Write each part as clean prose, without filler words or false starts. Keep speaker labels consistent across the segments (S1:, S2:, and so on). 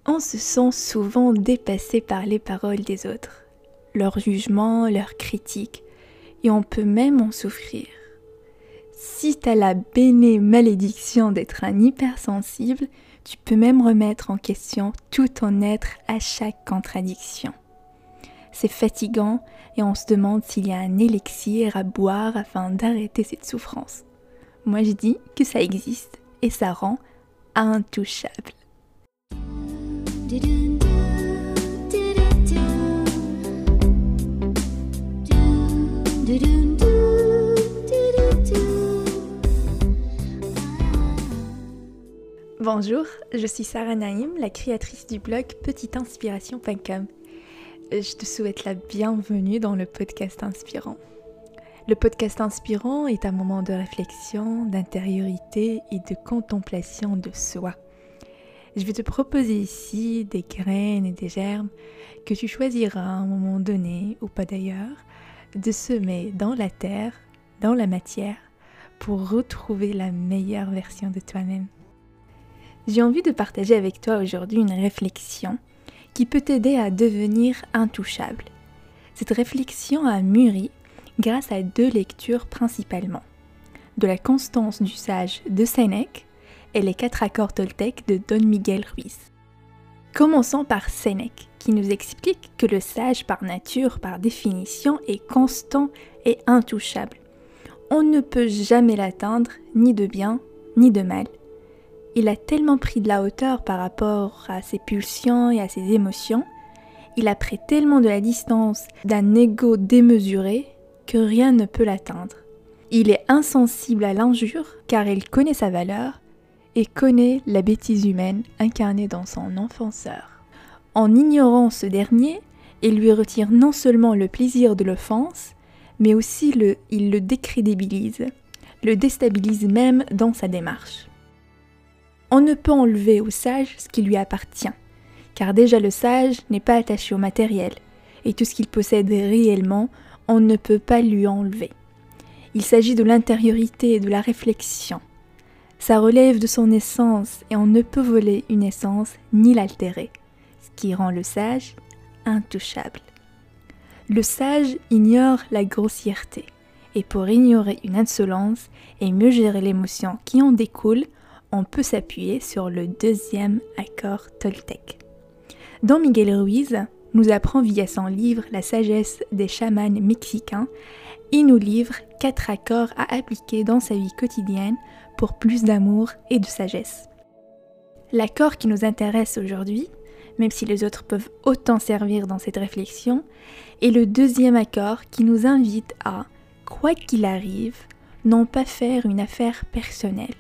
S1: On se sent souvent dépassé par les paroles des autres, leurs jugements, leurs critiques, et on peut même en souffrir. Si t'as la béné-malédiction d'être un hypersensible, tu peux même remettre en question tout ton être à chaque contradiction. C'est fatigant et on se demande s'il y a un élixir à boire afin d'arrêter cette souffrance. Moi je dis que ça existe et ça rend intouchable. Bonjour, je suis Sarah Naïm, la créatrice du blog petiteinspiration.com. Je te souhaite la bienvenue dans le podcast inspirant. Le podcast inspirant est un moment de réflexion, d'intériorité et de contemplation de soi. Je vais te proposer ici des graines et des germes que tu choisiras à un moment donné, ou pas d'ailleurs, de semer dans la terre, dans la matière, pour retrouver la meilleure version de toi-même. J'ai envie de partager avec toi aujourd'hui une réflexion qui peut t'aider à devenir intouchable. Cette réflexion a mûri grâce à 2 lectures principalement. De la constance du sage de Sénèque et les 4 accords Toltec de Don Miguel Ruiz. Commençons par Sénèque, qui nous explique que le sage par nature, par définition, est constant et intouchable. On ne peut jamais l'atteindre, ni de bien, ni de mal. Il a tellement pris de la hauteur par rapport à ses pulsions et à ses émotions, il a pris tellement de la distance d'un ego démesuré que rien ne peut l'atteindre. Il est insensible à l'injure car il connaît sa valeur et connaît la bêtise humaine incarnée dans son offenseur. En ignorant ce dernier, il lui retire non seulement le plaisir de l'offense, mais aussi il le décrédibilise, le déstabilise même dans sa démarche. On ne peut enlever au sage ce qui lui appartient, car déjà le sage n'est pas attaché au matériel, et tout ce qu'il possède réellement, on ne peut pas lui enlever. Il s'agit de l'intériorité et de la réflexion. Ça relève de son essence et on ne peut voler une essence ni l'altérer, ce qui rend le sage intouchable. Le sage ignore la grossièreté, et pour ignorer une insolence et mieux gérer l'émotion qui en découle, on peut s'appuyer sur le 2e accord Toltec. Don Miguel Ruiz nous apprend via son livre La sagesse des chamans mexicains, il nous livre 4 accords à appliquer dans sa vie quotidienne pour plus d'amour et de sagesse. L'accord qui nous intéresse aujourd'hui, même si les autres peuvent autant servir dans cette réflexion, est le 2e accord qui nous invite à, quoi qu'il arrive, non pas faire une affaire personnelle.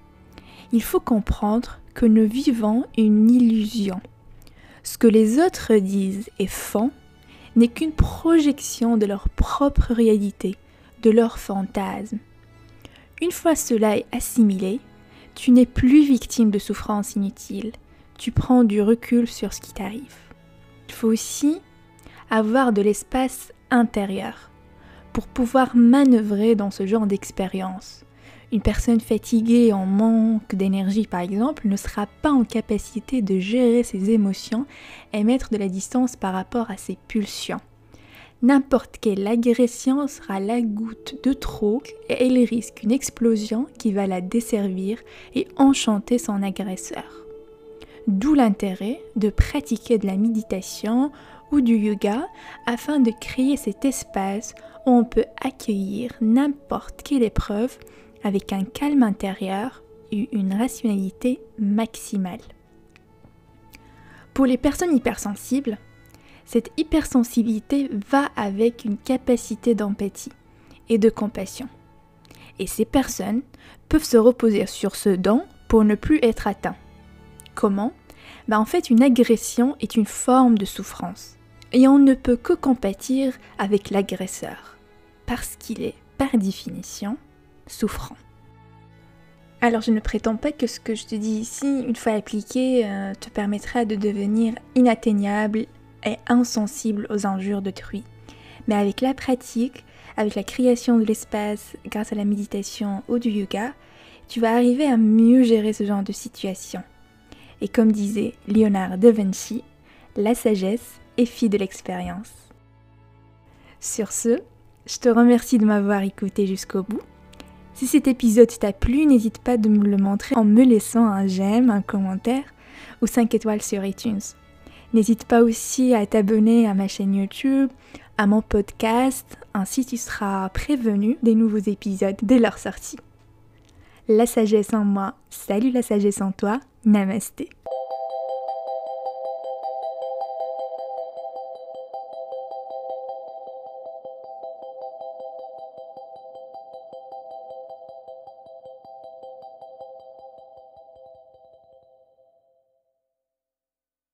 S1: Il faut comprendre que nous vivons une illusion. Ce que les autres disent et font n'est qu'une projection de leur propre réalité, de leur fantasme. Une fois cela est assimilé, tu n'es plus victime de souffrances inutiles, tu prends du recul sur ce qui t'arrive. Il faut aussi avoir de l'espace intérieur pour pouvoir manœuvrer dans ce genre d'expérience. Une personne fatiguée en manque d'énergie par exemple ne sera pas en capacité de gérer ses émotions et mettre de la distance par rapport à ses pulsions. N'importe quelle agression sera la goutte de trop et elle risque une explosion qui va la desservir et enchanter son agresseur. D'où l'intérêt de pratiquer de la méditation ou du yoga afin de créer cet espace où on peut accueillir n'importe quelle épreuve avec un calme intérieur et une rationalité maximale. Pour les personnes hypersensibles, cette hypersensibilité va avec une capacité d'empathie et de compassion. Et ces personnes peuvent se reposer sur ce don pour ne plus être atteints. Comment ? En fait, une agression est une forme de souffrance. Et on ne peut que compatir avec l'agresseur, parce qu'il est, par définition, souffrant. Alors je ne prétends pas que ce que je te dis ici, une fois appliqué, te permettra de devenir inatteignable et insensible aux injures d'autrui. Mais avec la pratique, avec la création de l'espace, grâce à la méditation ou du yoga, tu vas arriver à mieux gérer ce genre de situation. Et comme disait Léonard de Vinci, la sagesse est fille de l'expérience. Sur ce, je te remercie de m'avoir écouté jusqu'au bout. Si cet épisode t'a plu, n'hésite pas de me le montrer en me laissant un j'aime, un commentaire ou 5 étoiles sur iTunes. N'hésite pas aussi à t'abonner à ma chaîne YouTube, à mon podcast, ainsi tu seras prévenu des nouveaux épisodes dès leur sortie. La sagesse en moi, salut la sagesse en toi, namasté.